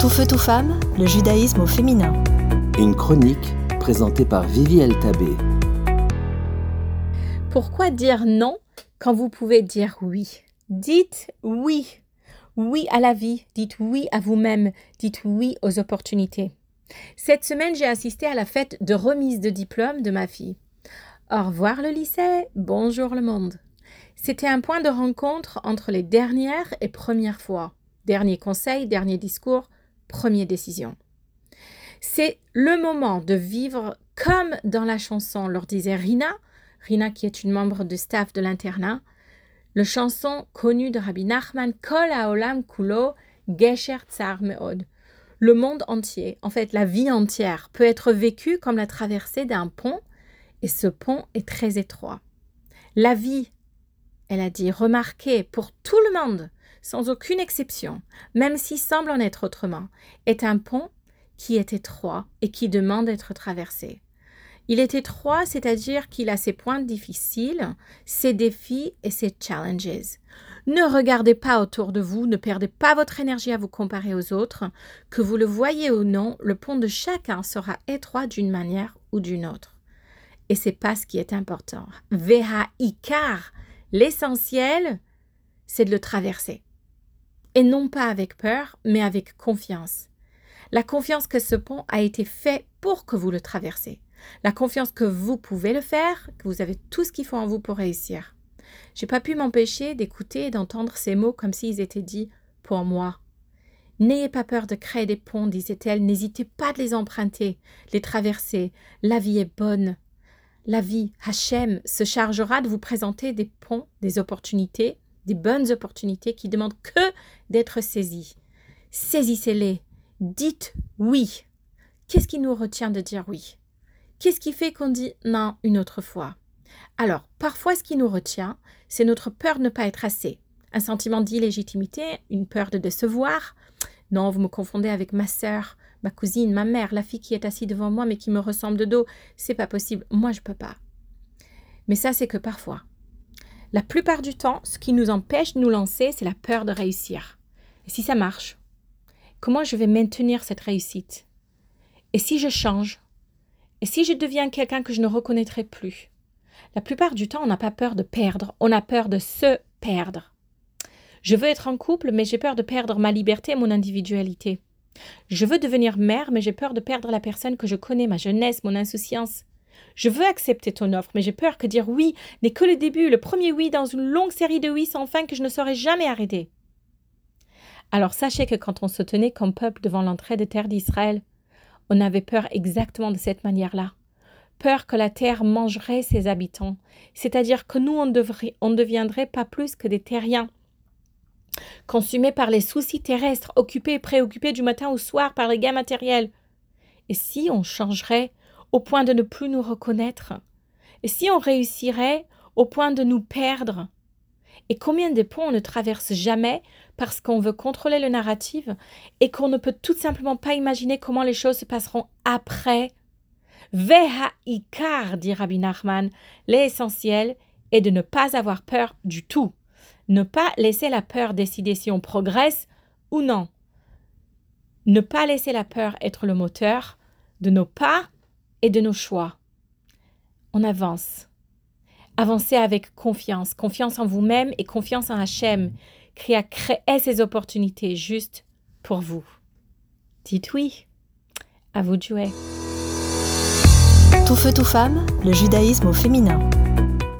Tout feu, tout femme, le judaïsme au féminin. Une chronique présentée par Vivi El-Tabé. Pourquoi dire non quand vous pouvez dire oui? Dites oui. Oui à la vie, dites oui à vous-même, dites oui aux opportunités. Cette semaine, j'ai assisté à la fête de remise de diplôme de ma fille. Au revoir le lycée, bonjour le monde. C'était un point de rencontre entre les dernières et premières fois. Dernier conseil, dernier discours, première décision. C'est le moment de vivre comme dans la chanson leur disait Rina qui est une membre du staff de l'internat, la chanson connue de Rabbi Nachman, Kol haolam kulo gesher tsar meod. Le monde entier, en fait la vie entière, peut être vécue comme la traversée d'un pont, et ce pont est très étroit. La vie, elle a dit, remarquée pour tout le monde, sans aucune exception, même s'il semble en être autrement, est un pont qui est étroit et qui demande d'être traversé. Il est étroit, c'est-à-dire qu'il a ses points difficiles, ses défis et ses challenges. Ne regardez pas autour de vous, ne perdez pas votre énergie à vous comparer aux autres. Que vous le voyez ou non, le pont de chacun sera étroit d'une manière ou d'une autre. Et c'est pas ce qui est important. Veha ikar, l'essentiel, c'est de le traverser. Et non pas avec peur, mais avec confiance. La confiance que ce pont a été fait pour que vous le traversez. La confiance que vous pouvez le faire, que vous avez tout ce qu'il faut en vous pour réussir. J'ai pas pu m'empêcher d'écouter et d'entendre ces mots comme s'ils étaient dits pour moi. N'ayez pas peur de créer des ponts, disait-elle, n'hésitez pas de les emprunter, les traverser. La vie est bonne. La vie, Hachem, se chargera de vous présenter des ponts, des opportunités, des bonnes opportunités qui demandent que d'être saisies. Saisissez-les. Dites oui. Qu'est-ce qui nous retient de dire oui? Qu'est-ce qui fait qu'on dit non une autre fois? Alors, parfois, ce qui nous retient, c'est notre peur de ne pas être assez. Un sentiment d'illégitimité, une peur de décevoir. Non, vous me confondez avec ma sœur, ma cousine, ma mère, la fille qui est assise devant moi mais qui me ressemble de dos. C'est pas possible, moi je peux pas. Mais ça, c'est que parfois. La plupart du temps, ce qui nous empêche de nous lancer, c'est la peur de réussir. Et si ça marche? Comment je vais maintenir cette réussite? Et si je change? Et si je deviens quelqu'un que je ne reconnaîtrai plus? La plupart du temps, on n'a pas peur de perdre, on a peur de se perdre. Je veux être en couple, mais j'ai peur de perdre ma liberté et mon individualité. Je veux devenir mère, mais j'ai peur de perdre la personne que je connais, ma jeunesse, mon insouciance. Je veux accepter ton offre, mais j'ai peur que dire oui n'est que le début, le premier oui dans une longue série de oui sans fin que je ne saurais jamais arrêter. Alors sachez que quand on se tenait comme peuple devant l'entrée des terres d'Israël, on avait peur exactement de cette manière-là. Peur que la terre mangerait ses habitants, c'est-à-dire que nous, on ne deviendrait pas plus que des terriens, consumés par les soucis terrestres, occupés et préoccupés du matin au soir par les gains matériels. Et si on changerait au point de ne plus nous reconnaître? Et si on réussirait au point de nous perdre? Et combien de ponts on ne traverse jamais parce qu'on veut contrôler le narratif et qu'on ne peut tout simplement pas imaginer comment les choses se passeront après? Veha ikar, dit Rabbi Nachman, l'essentiel est de ne pas avoir peur du tout. Ne pas laisser la peur décider si on progresse ou non. Ne pas laisser la peur être le moteur de nos pas et de nos choix. On avance. Avancez avec confiance, confiance en vous-même et confiance en Hachem, qui a créé ces opportunités juste pour vous. Dites oui. À vous de jouer. Tout feu, tout femme, le judaïsme au féminin.